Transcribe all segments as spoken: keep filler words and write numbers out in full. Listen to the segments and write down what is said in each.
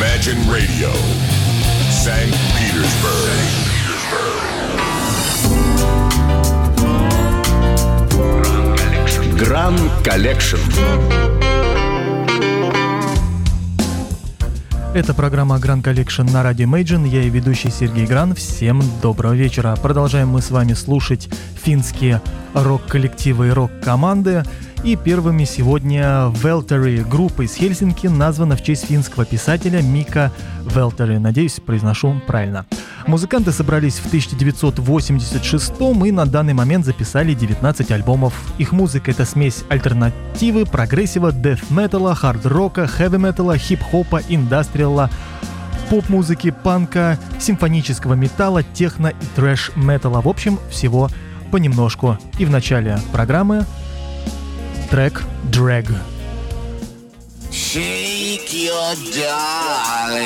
Imagine Radio, Санкт Петербург. Grand Collection. Это программа Grand Collection на радио Imagine. Я и ведущий Сергей Гран. Всем доброго вечера. Продолжаем мы с вами слушать финские рок-коллективы и рок-команды. И первыми сегодня Valtteri, группа из Хельсинки, названа в честь финского писателя Мика Valtteri. Надеюсь, произношу правильно. Музыканты собрались в тысяча девятьсот восемьдесят шестом и на данный момент записали девятнадцать альбомов. Их музыка — это смесь альтернативы, прогрессива, дэт-металла, хард-рока, хэви-металла, хип-хопа, индастриала, поп-музыки, панка, симфонического металла, техно и трэш-металла. В общем, всего понемножку. И в начале программы трек «Drag». Shake your darling.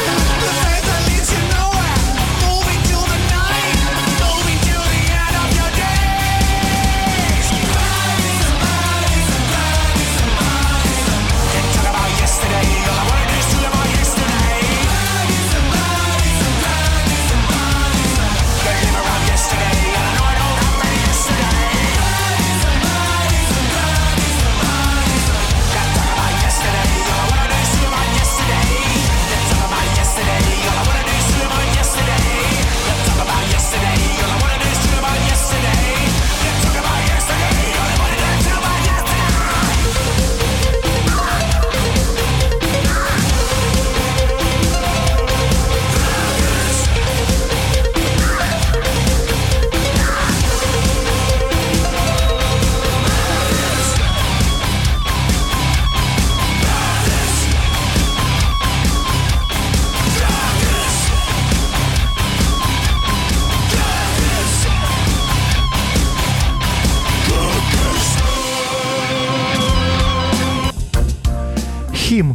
Moving to the night, moving to the end of your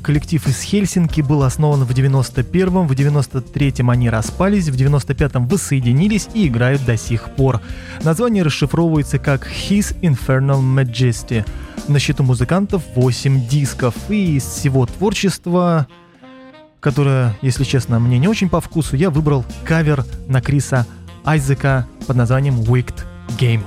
коллектив из Хельсинки был основан в девяносто первом, в девяносто третьем они распались, в девяносто пятом воссоединились и играют до сих пор. Название расшифровывается как His Infernal Majesty. На счету музыкантов восемь дисков, и из всего творчества, которое, если честно, мне не очень по вкусу, я выбрал кавер на Криса Айзека под названием Wicked Game.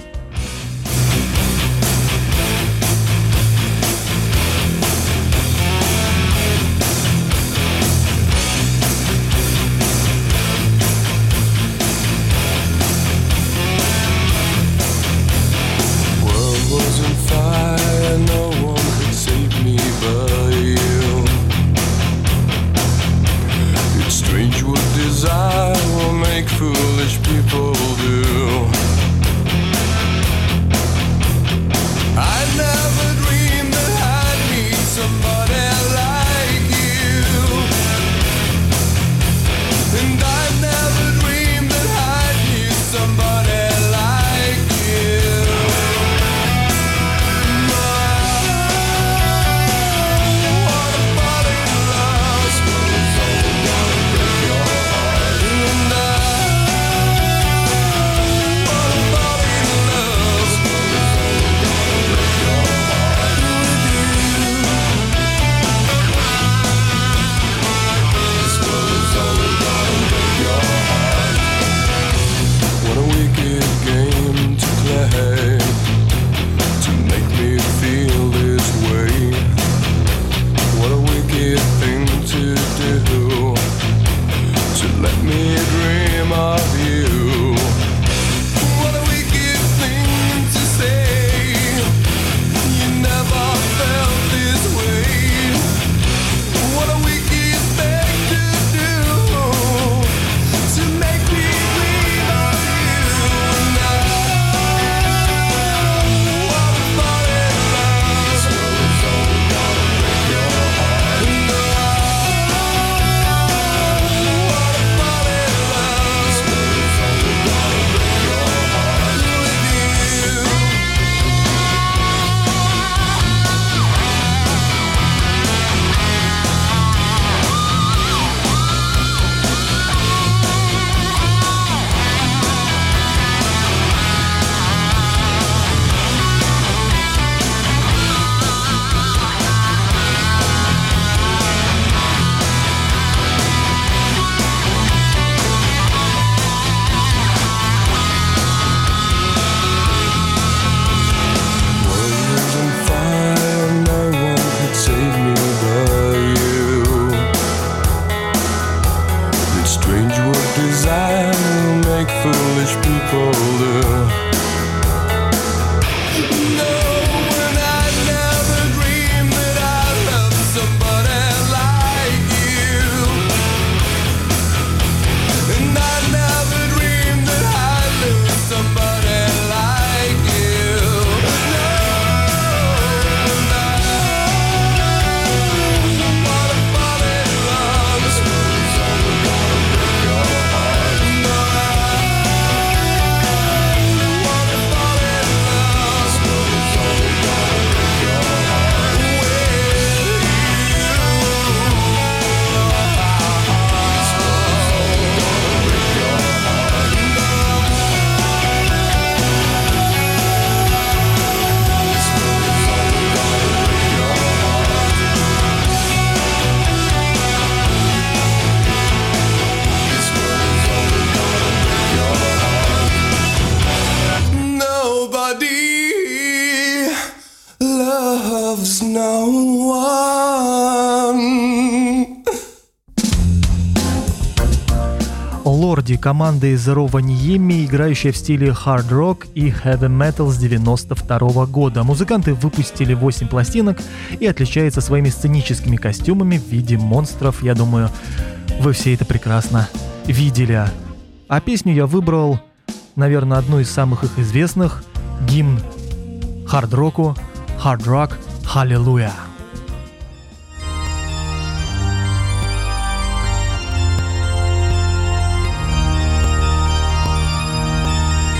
Лорди, команда из Рованьеми, играющая в стиле хард-рок и хэви-метал с девяносто второго года. Музыканты выпустили восемь пластинок и отличаются своими сценическими костюмами в виде монстров. Я думаю, вы все это прекрасно видели. А песню я выбрал, наверное, одну из самых их известных, гимн хард-року, Hard Rock Hallelujah.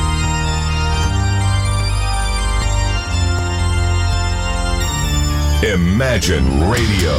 М Imagine Radio.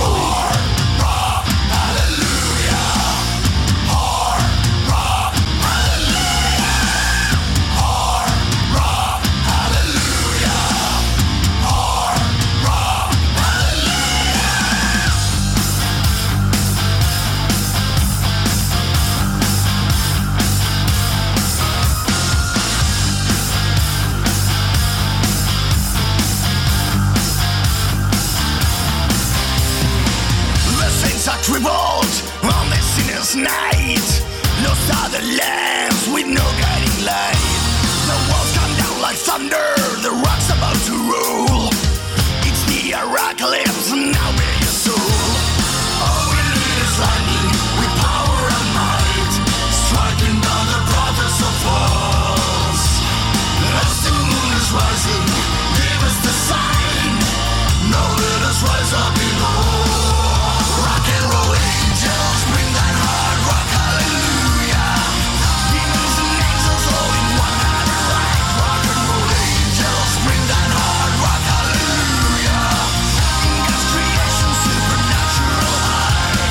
Revolt on the sinner's night. Lost are the lamps with no guiding light. The walls come down like thunder, the rock's about to roll. It's the apocalypse, now bear your soul. All we need is lightning with power and might, striking down the prophets of falls. As the moon is rising, give us the sign. Now let us rise up in all. Rock and roll angels, bring that hard rock, hallelujah. Demons and angels all in one hand and right. Rock and roll angels, bring that hard rock, hallelujah. In God's creation, supernatural high.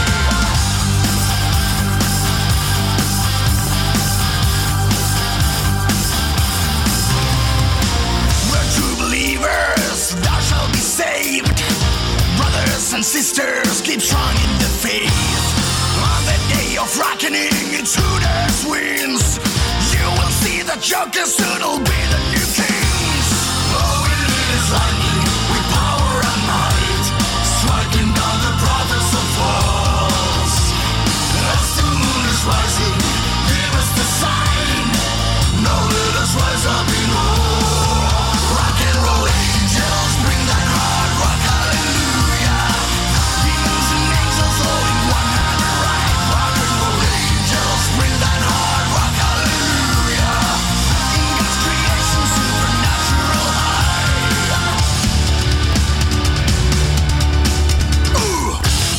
We're true believers, thou shalt be saved. Brothers and sisters, keep strong in the faith. On the day of reckoning, it's who dares wins. You will see the Joker soon will be the new kings. All we need is lightning with power and might, striking down the prophets of falls. As the moon is rising, give us the sign. Now let us rise up in all. Rock and roll angels, bring that hard rock, hallelujah. Demons and angels all in one hand and right. Rock and roll angels, bring that hard rock, hallelujah. In God's creation, supernatural high. Ooh.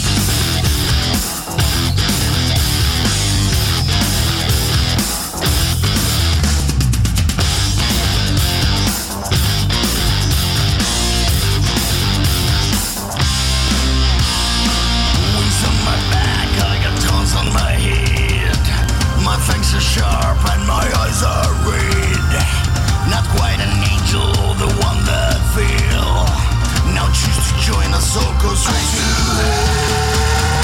Wings on my back, I got thorns on my head. My fangs are sharp and my eyes are red. Not quite an angel, the one that fell. Now choose to join us, all go straight to hell.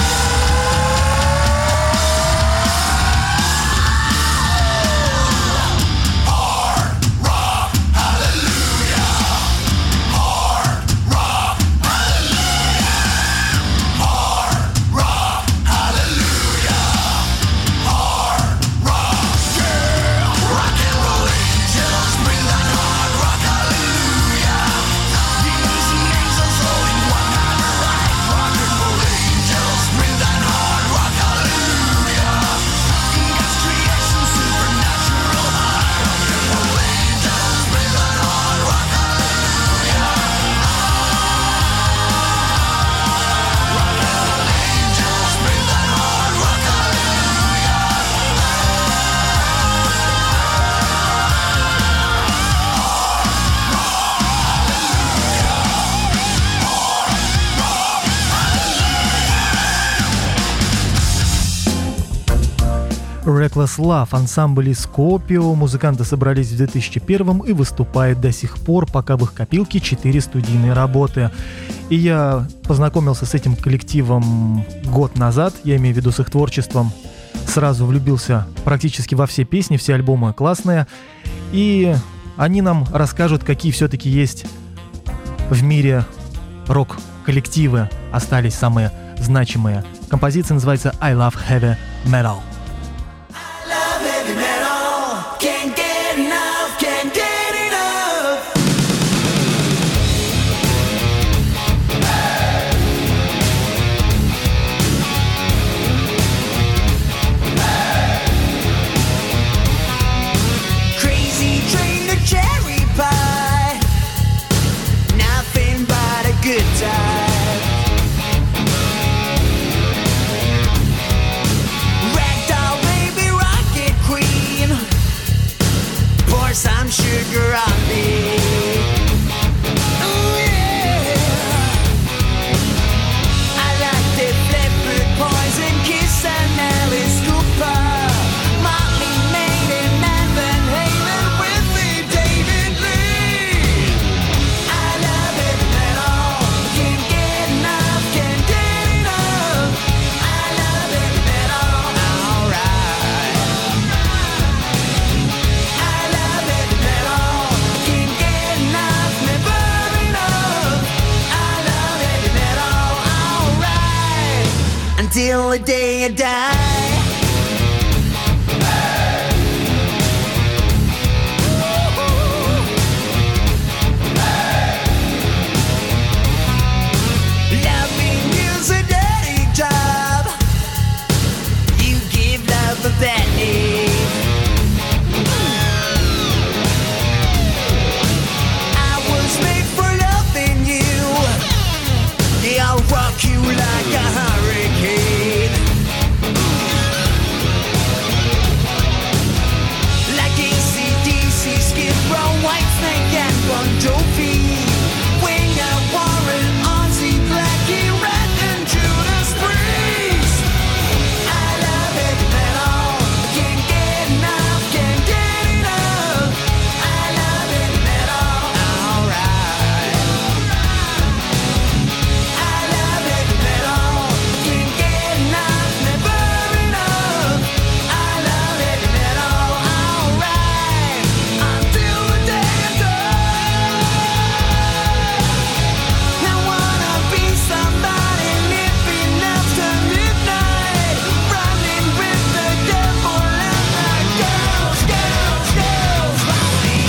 Hard rock, hallelujah. Hard rock, hallelujah. Hard rock, hallelujah. Hard rock, yeah. Rock and roll angels, bring that hard rock, hallelujah. Demons and angels all in one hand and right. Rock and roll angels, bring that hard rock, hallelujah. In God's creation, supernatural high. Rock and roll angels, bring that hard rock, hallelujah. Rock and roll angels, bring that hard rock, Reckless Love, ансамбль из Скопио. Музыканты собрались в две тысячи первом и выступают до сих пор, пока в их копилке четыре студийные работы. И я познакомился с этим коллективом год назад, я имею в виду с их творчеством. Сразу влюбился практически во все песни, все альбомы классные. И они нам расскажут, какие все-таки есть в мире рок-коллективы, остались самые значимые. Композиция называется I Love Heavy Metal. Can't get enough, can't get enough. Crazy train to cherry pie, nothing but a good time. Ragdoll baby rocket queen, until the day I die. Loving you's a dirty job. You give love a bad name. I was made for loving you. Yeah, I'll rock you like a hurricane. Like A C D C, Skid Row, Whitesnake and Bon Jovi. Winger, Warren, Ozzy, Blackie, Red and Judas Priest. I love it metal. Can't get enough, can't get enough. I love it metal. Alright. I love it metal. Can't get enough, never enough. I love it metal. Alright. Until the day I die. I wanna be somebody living after midnight, running with the devil and the girls, girls, girls, running.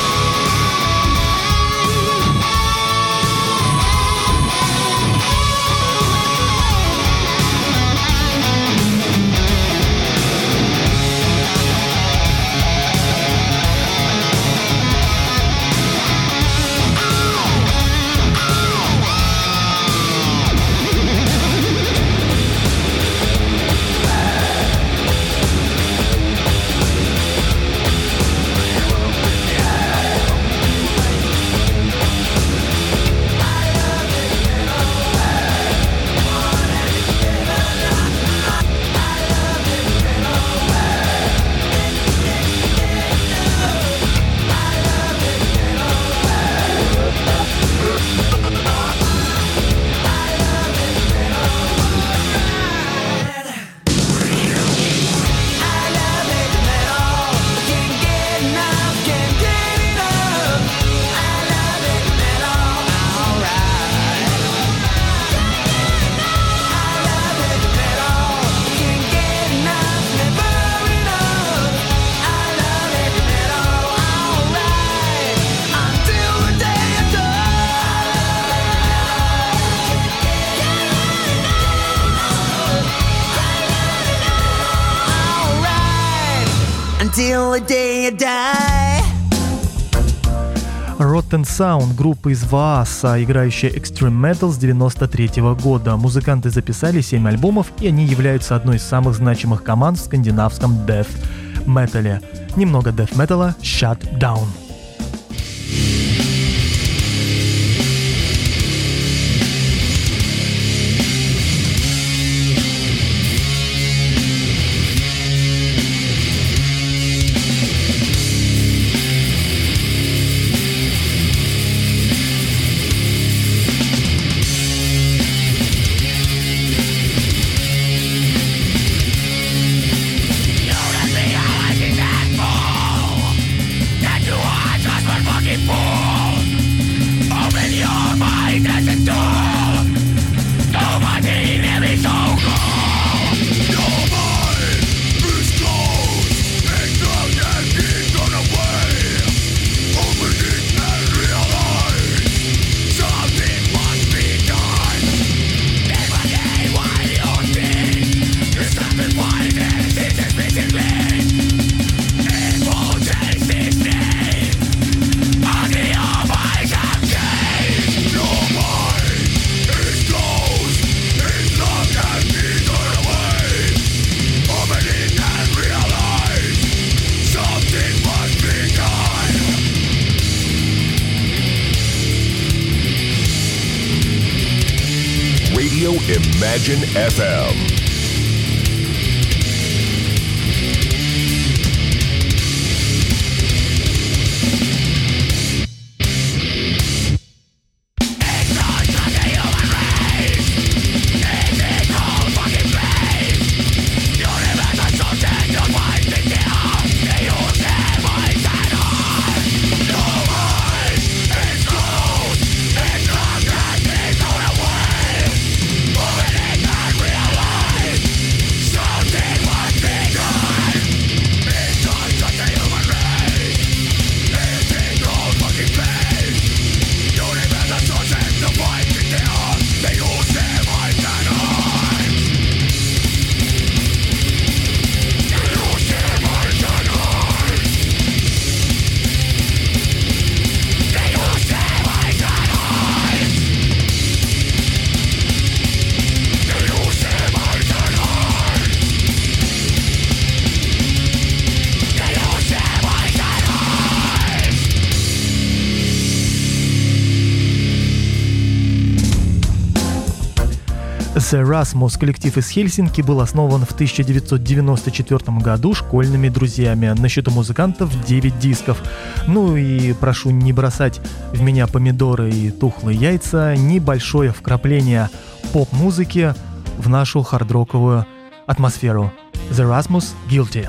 I love it metal. Can't get enough, can't get enough. I love it metal. Alright. I love it metal. Can't get enough, never enough. I love it metal. Alright. Until the day I die. Alright. Until the day I die. Rotten Sound, группа из Вааса, играющая Extreme Metal с девяносто третьего года. Музыканты записали семь альбомов, и они являются одной из самых значимых команд в скандинавском death метале. Немного death металла, Shut Down. Imagine эф эм. It's The Rasmus, коллектив из Хельсинки, был основан в тысяча девятьсот девяносто четвёртом году школьными друзьями. На счету музыкантов девять дисков. Ну и прошу не бросать в меня помидоры и тухлые яйца. Небольшое вкрапление поп-музыки в нашу хард-роковую атмосферу. The Rasmus, Guilty.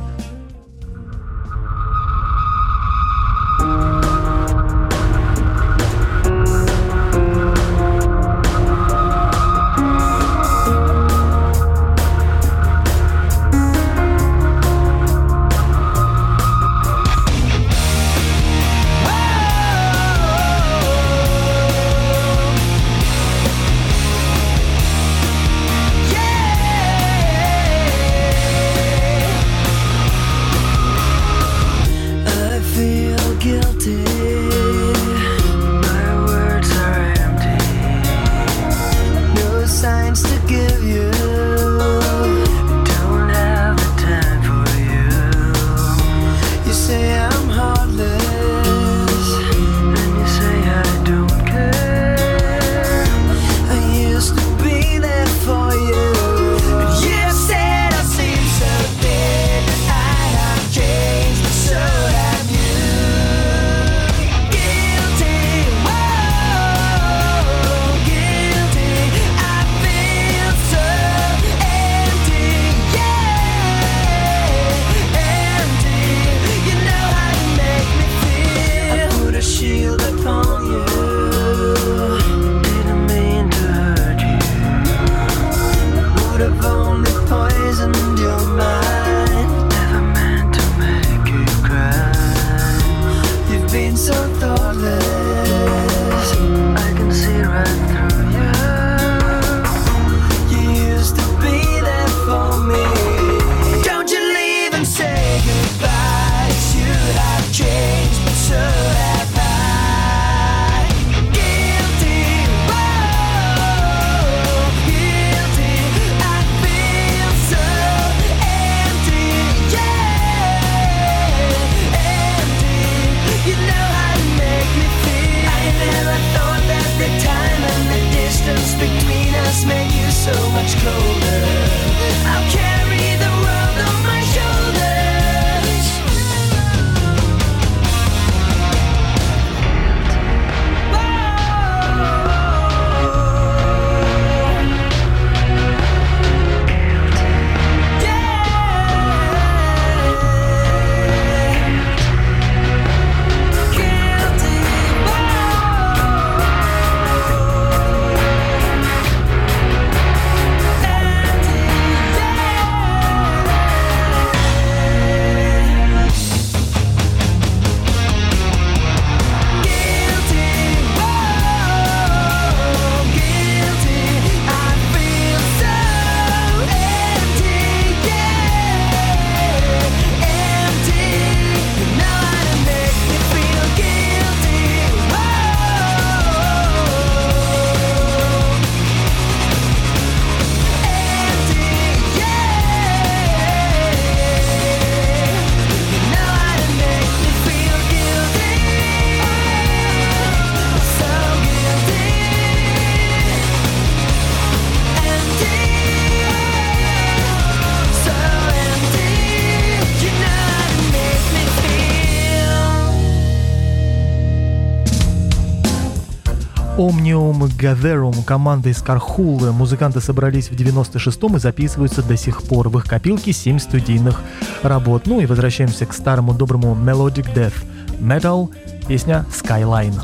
Omnium Gatherum, команда из Кархулы. Музыканты собрались в девяносто шестом и записываются до сих пор. В их копилке семь студийных работ. Ну и возвращаемся к старому доброму Melodic Death Metal, песня Skyline.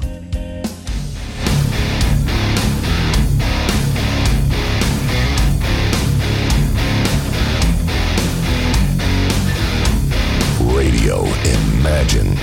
Radio Imagine.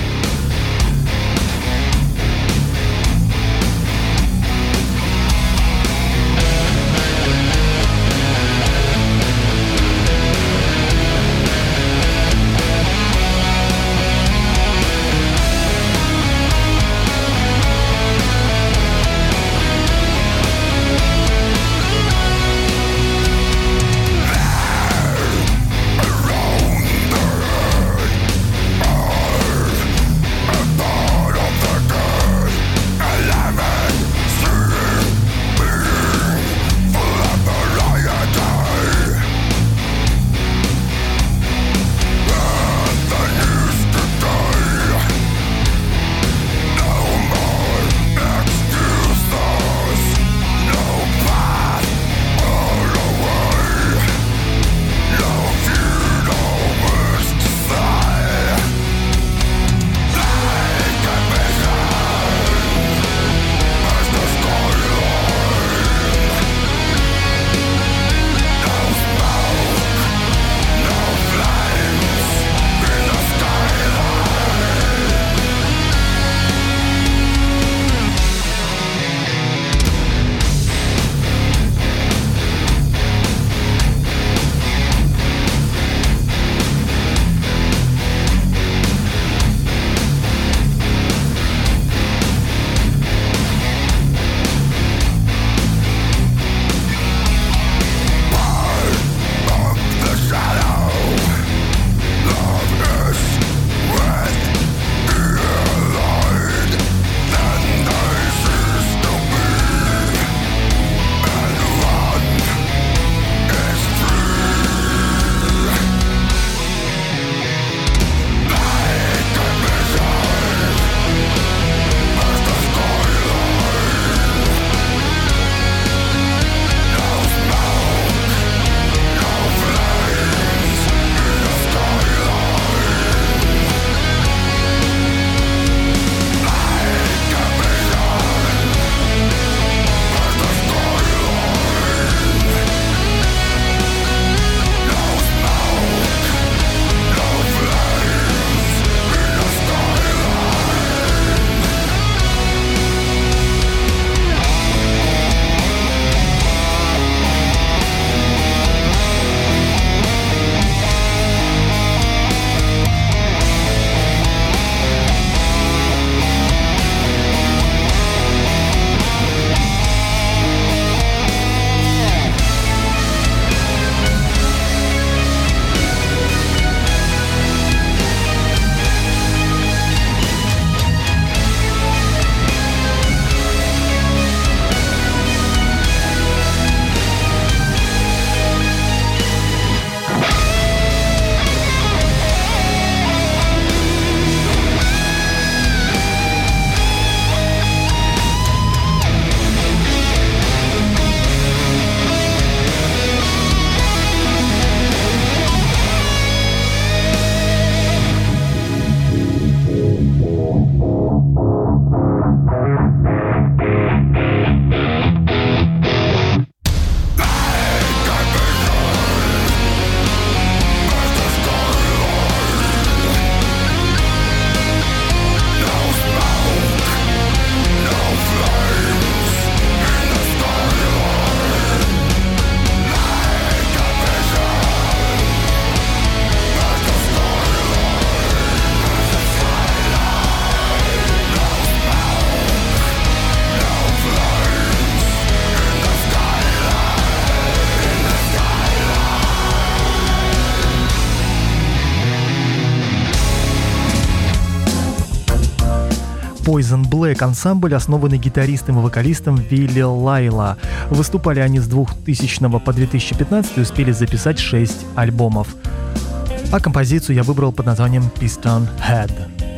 Poison Black ансамбль, основанный гитаристом и вокалистом Вилли Лайла. Выступали они с двухтысячного по две тысячи пятнадцатый и успели записать шесть альбомов. А композицию я выбрал под названием Piston Head.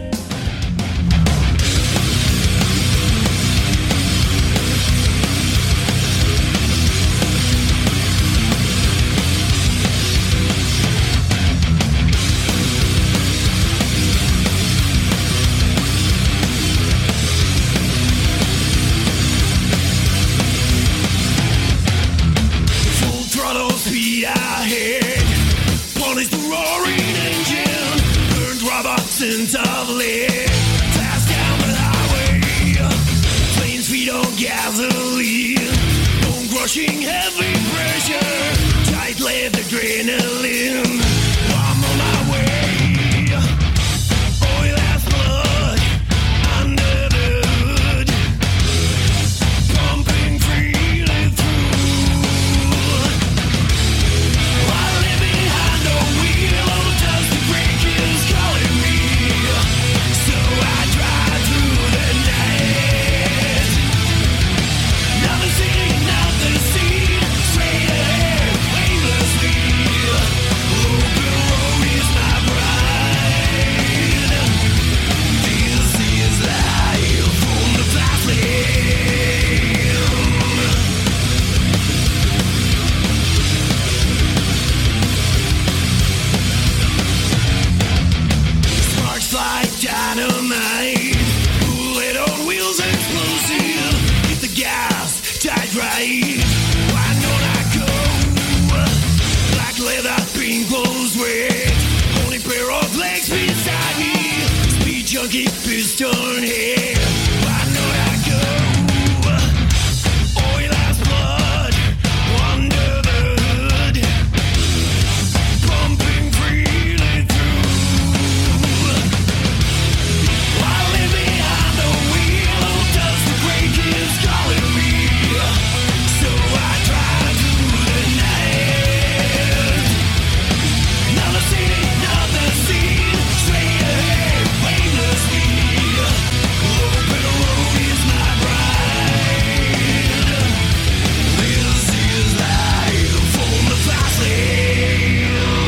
Of lead, fast down the highway, planes feed on gasoline, bone crushing heavy pressure, tight lead adrenaline. I'm on my way, oil as blood under the hood, pumping freely through. While living behind the wheel, oh, does the brake is calling me. So I drive through the night. Nothing seen, nothing seen. Straight ahead, aimlessly. Open road is my bride. This is life from the fast lane. Sparks fly dynamite, bullet on wheels explosive. Hit the gas, tight right. Why don't I go? Black leather, pink clothes, red. Only pair of legs beside me. Speed junkie, piston head. Why don't I go? Oil as blood under the hood, pumping freely through. While living behind the wheel, oh, does the brake is calling me. So I drive through the night. Nothing seen, nothing seen. Straight ahead, aimlessly. Open road is my bride. This is life from the fast lane.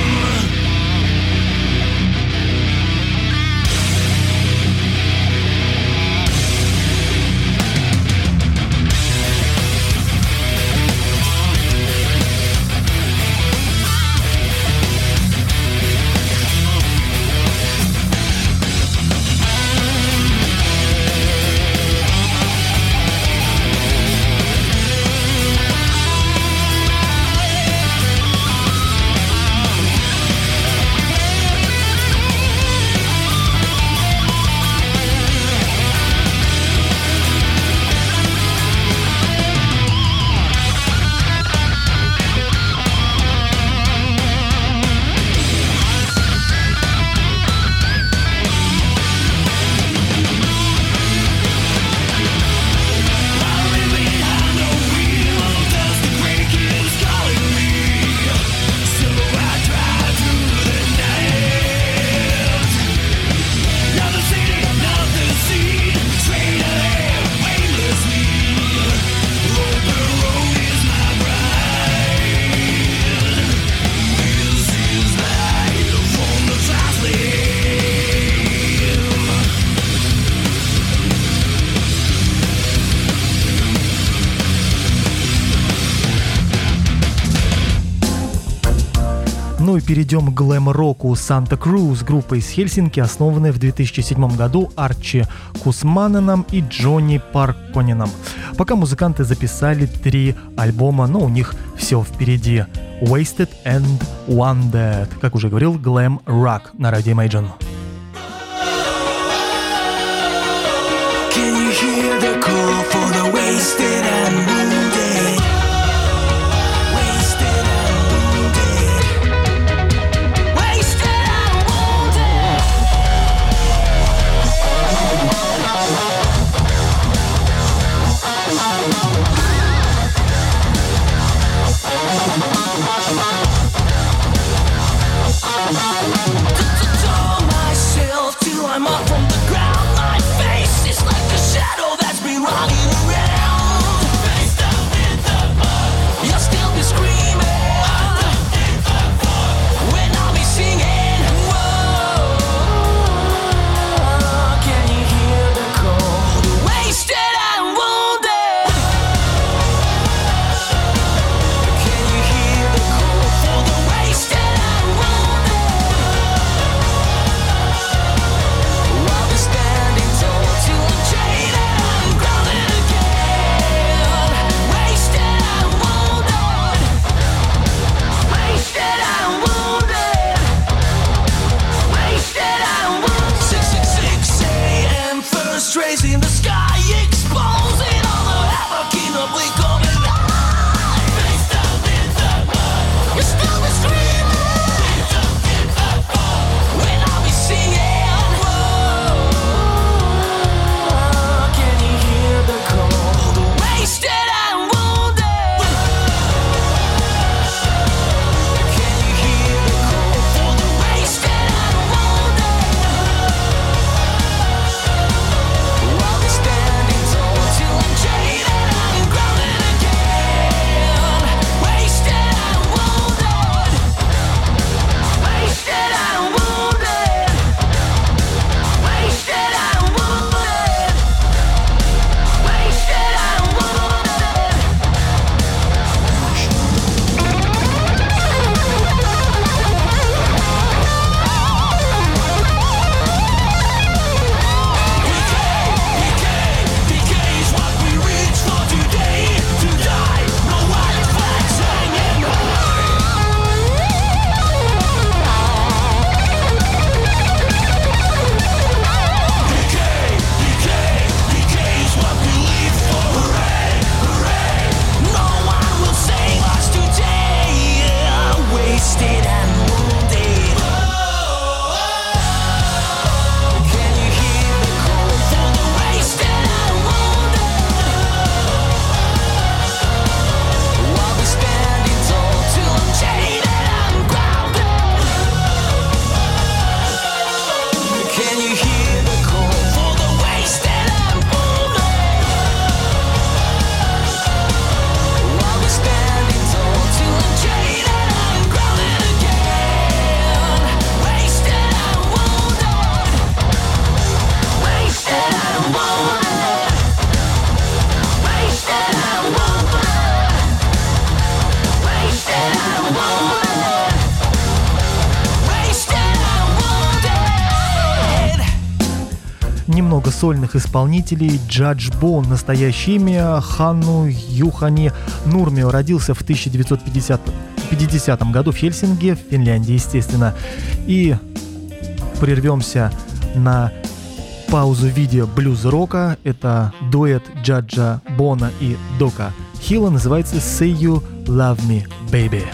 Ну и перейдем к глэм-року. Санта Круз, группа из Хельсинки, основанная в две тысячи седьмом году Арчи Кусманеном и Джонни Паркконеном. Пока музыканты записали три альбома, но у них все впереди. Wasted and Wounded, как уже говорил, глэм-рок на радио Imagine. Can you hear the call for the wasted and wounded? Wasted and wounded. Wasted and wounded. To myself till I'm up from the ground, my face is like немного сольных исполнителей. Judge Bone, настоящее имя Ханну Юхани Нурмио, родился в тысяча девятьсот пятидесятом году в Хельсинки, в Финляндии, естественно. И прервемся на паузу в виде блюз-рока. Это дуэт Джаджа Бона и Дока Хилла, называется «Say You Love Me, Baby».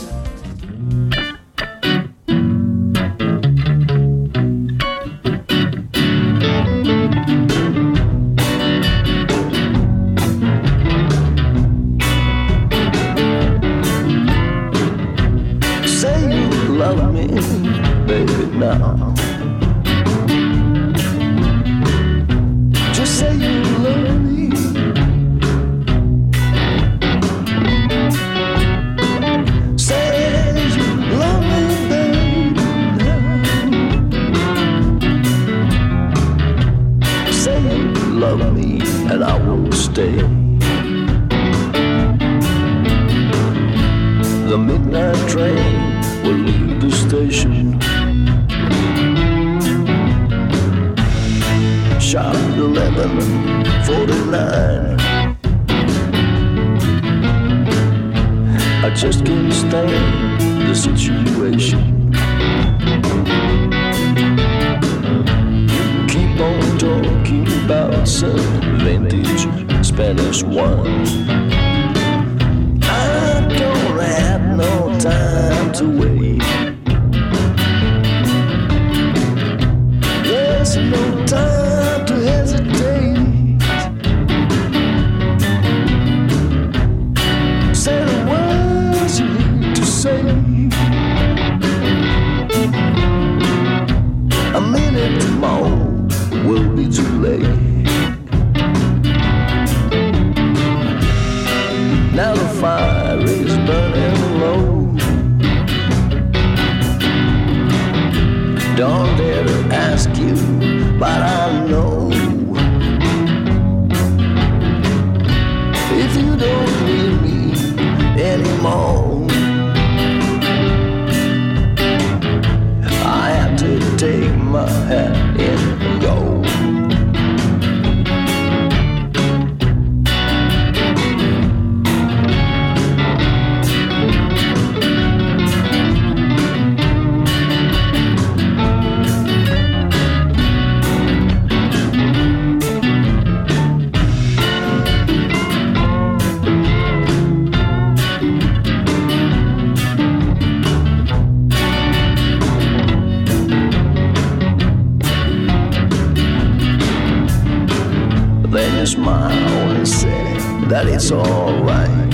It's alright.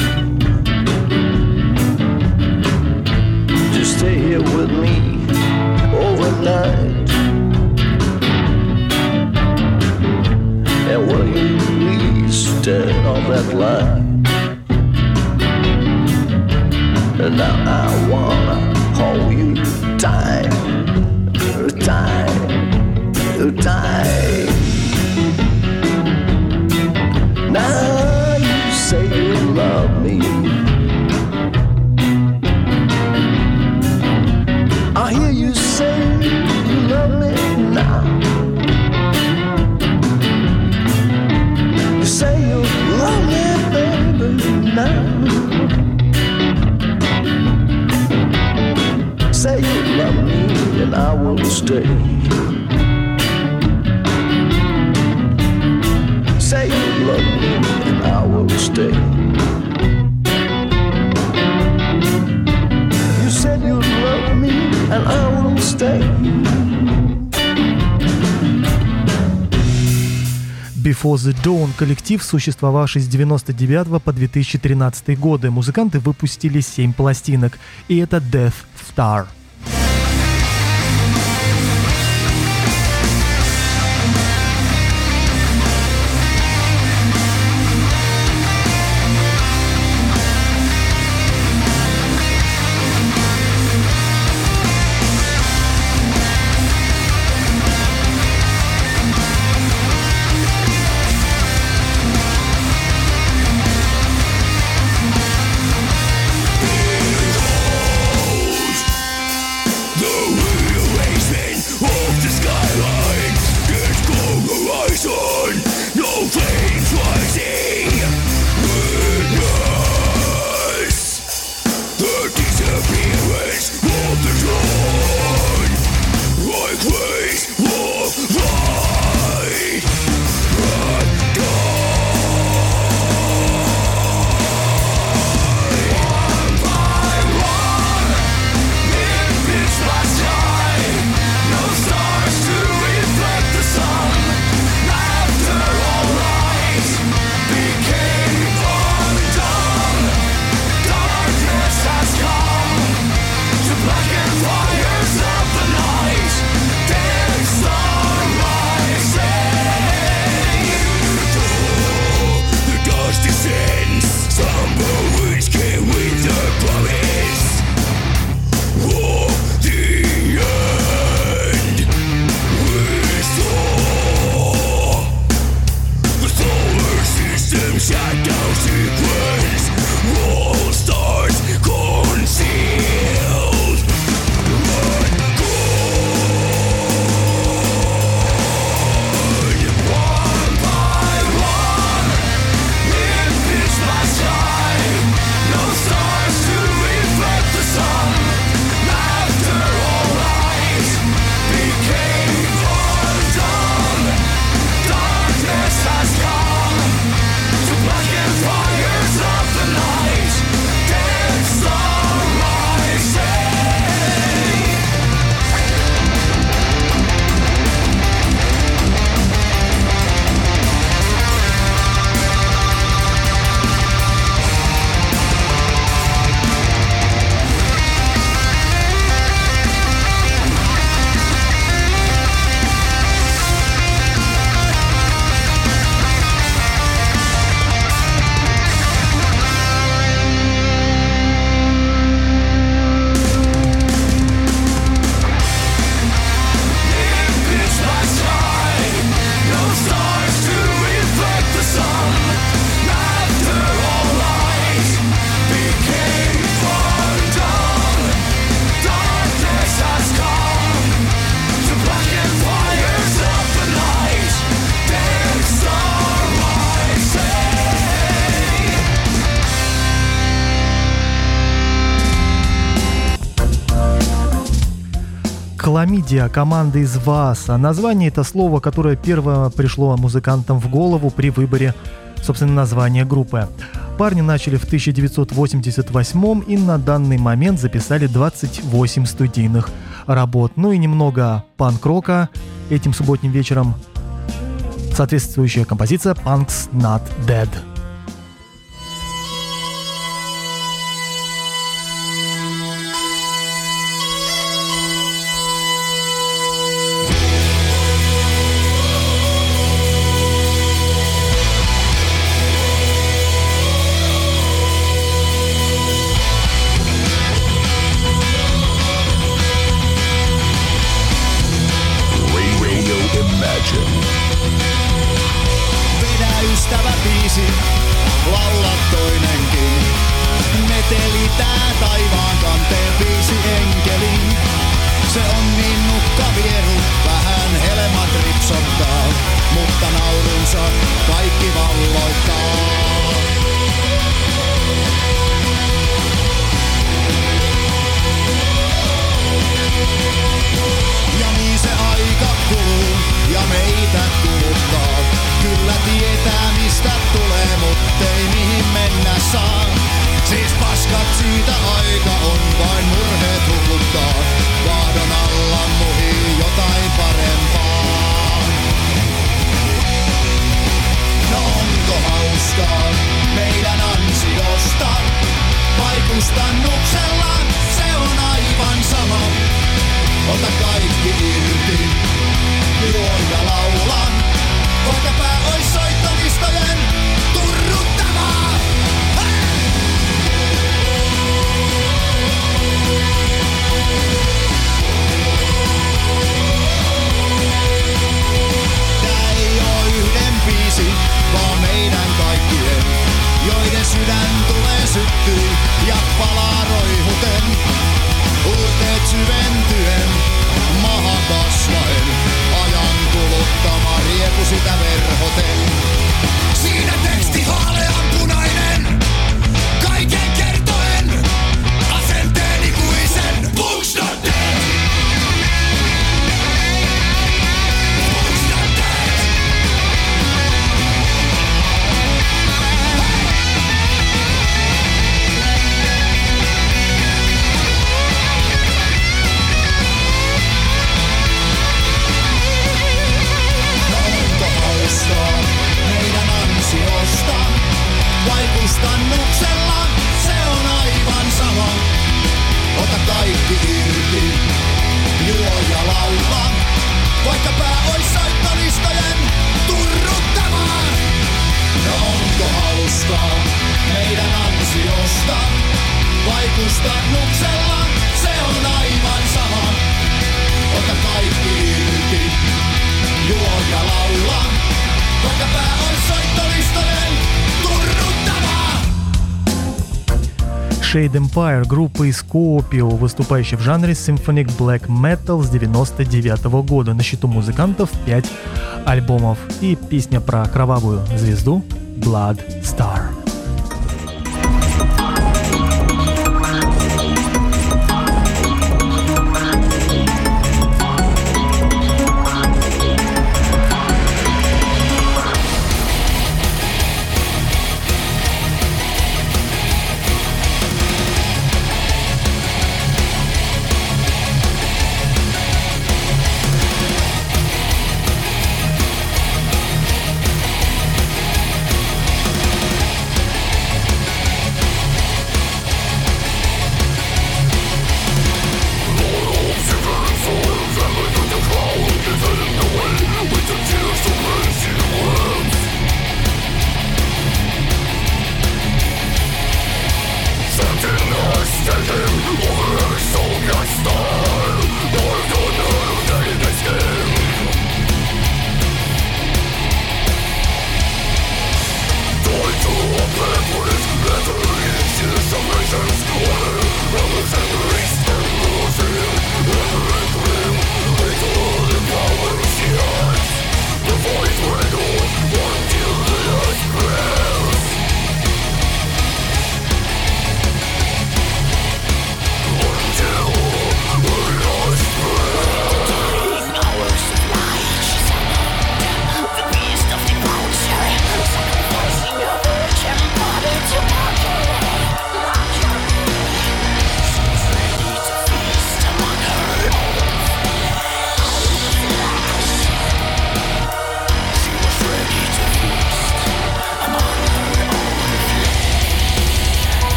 Just stay here with me overnight. And will you please turn on that light? And now I wanna hold you tight, tight, tight. Now say you love me. I hear you say you love me now. You say you love me, baby, now. Say you love me and I will stay. Say you love me and I will stay. You said you love me and I will stay. Before the Dawn — коллектив, существовавший с девяносто девятого по две тысячи тринадцатый годы. Музыканты выпустили семь пластинок, и это Death Star. Хламидия, команда из Вааса. Название — это слово, которое первое пришло музыкантам в голову при выборе, собственно, названия группы. Парни начали в тысяча девятьсот восемьдесят восьмом и на данный момент записали двадцать восемь студийных работ. Ну и немного панк-рока этим субботним вечером. Соответствующая композиция «Punk's Not Dead». Vedä ystävä biisi, laula toinenkin. Metelitää taivaan kanteen biisi enkelin. Se on niin nukka vieru, vähän helmat ripsottaa, mutta naurunsa kaikki valloittaa. Ja niin se aika kuluu ja meitä kuluttaa. Kyllä tietää mistä tulee, muttei mihin mennä saa. Siis paskat siitä aika on, vain murheet hukuttaa. Vaadon alla muhii jotain parempaa. No onko hauskaa meidän ansiosta? Vai kustannuksella, se on aivan sama. Ota kaikki irti, juo ja laula. Vaikka pää ois soittolistojen turruttavaa. Tää ei oo yhden biisi, vaan meidän kaikkien, joiden sydän tulee syttyy ja palaa roihuten. Uurteet syventyen, maha kasvaen, ajan kuluttama riepu sitä verhoten. Siinä teksti vaaleanpunainen, kaiken kertoen, asenteen ikuisen. Punk's not dead. Punk's not dead. Meidän ansiosta vai kustannuksella, se on aivan sama. Ota kaikki irti, juo ja laula. Vaikka pää ois soittolistojen turruttavaa. No onko hauskaa meidän ansiosta vai kustannuksella, se on aivan sama. Ota kaikki irti, juo ja laula. Vaikka pää ois soittolistojen turruttavaa. Shade Empire, группа из Скопио, выступающая в жанре Symphonic Black Metal с девяносто девятого года. На счету музыкантов пять альбомов и песня про кровавую звезду Blood Star.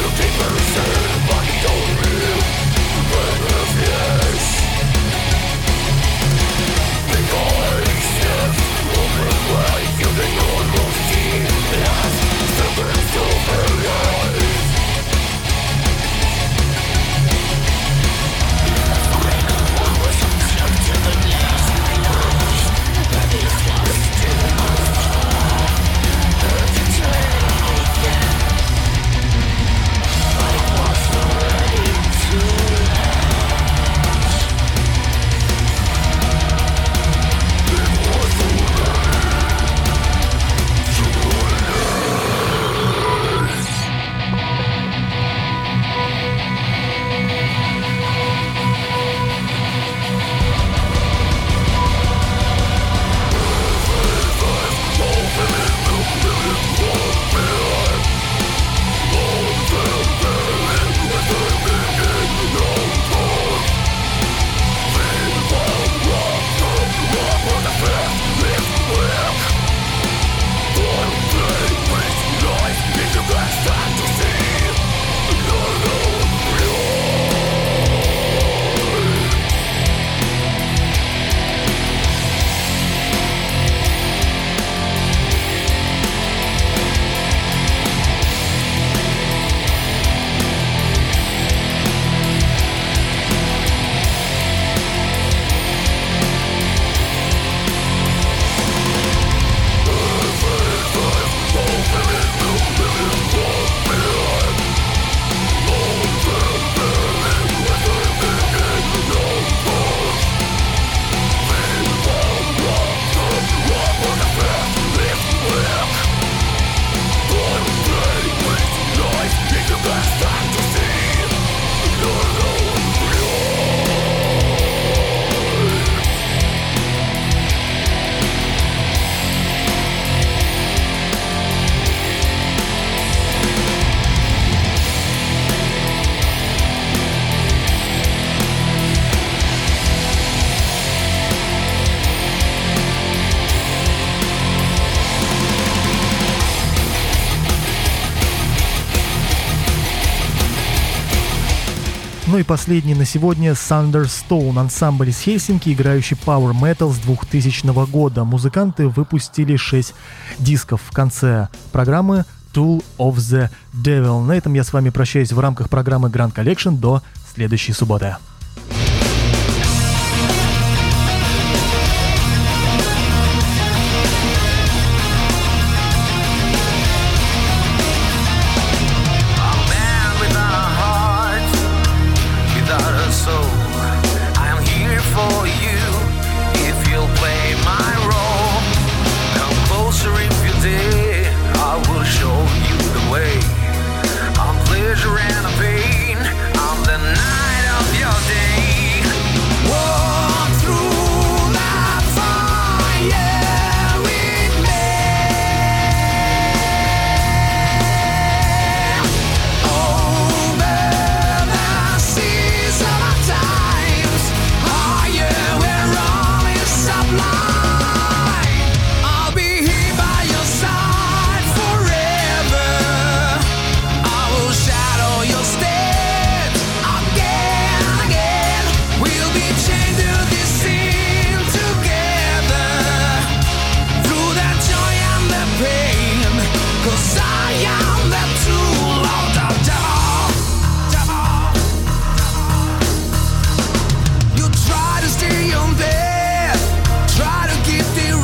Ну и последний на сегодня Thunderstone, ансамбль из Хельсинки, играющий Power Metal с двухтысячного года. Музыканты выпустили шесть дисков в конце программы Tool of the Devil. На этом я с вами прощаюсь в рамках программы Grand Collection до следующей субботы.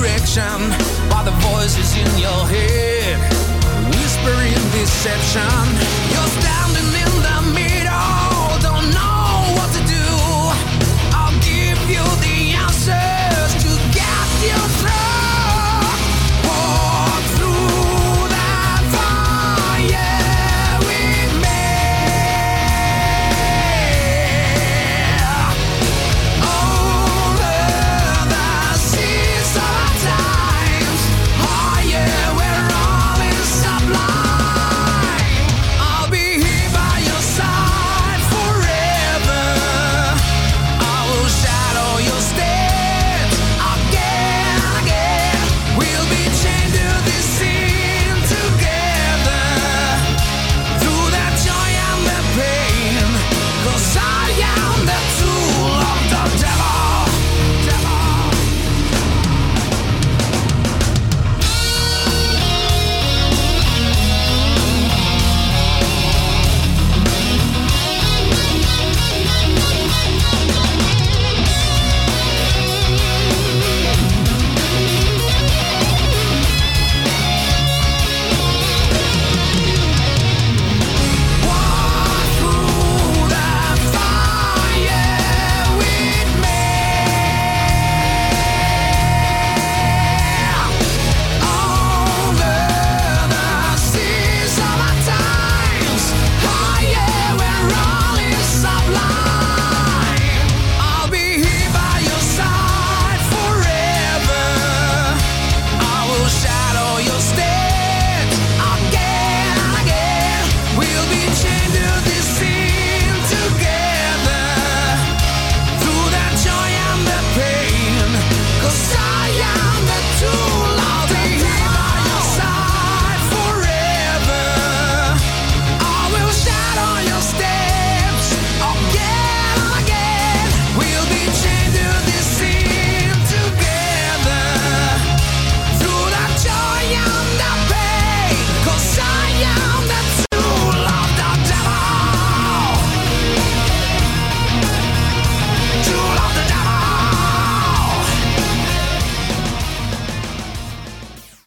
While the voices in your head whispering deception.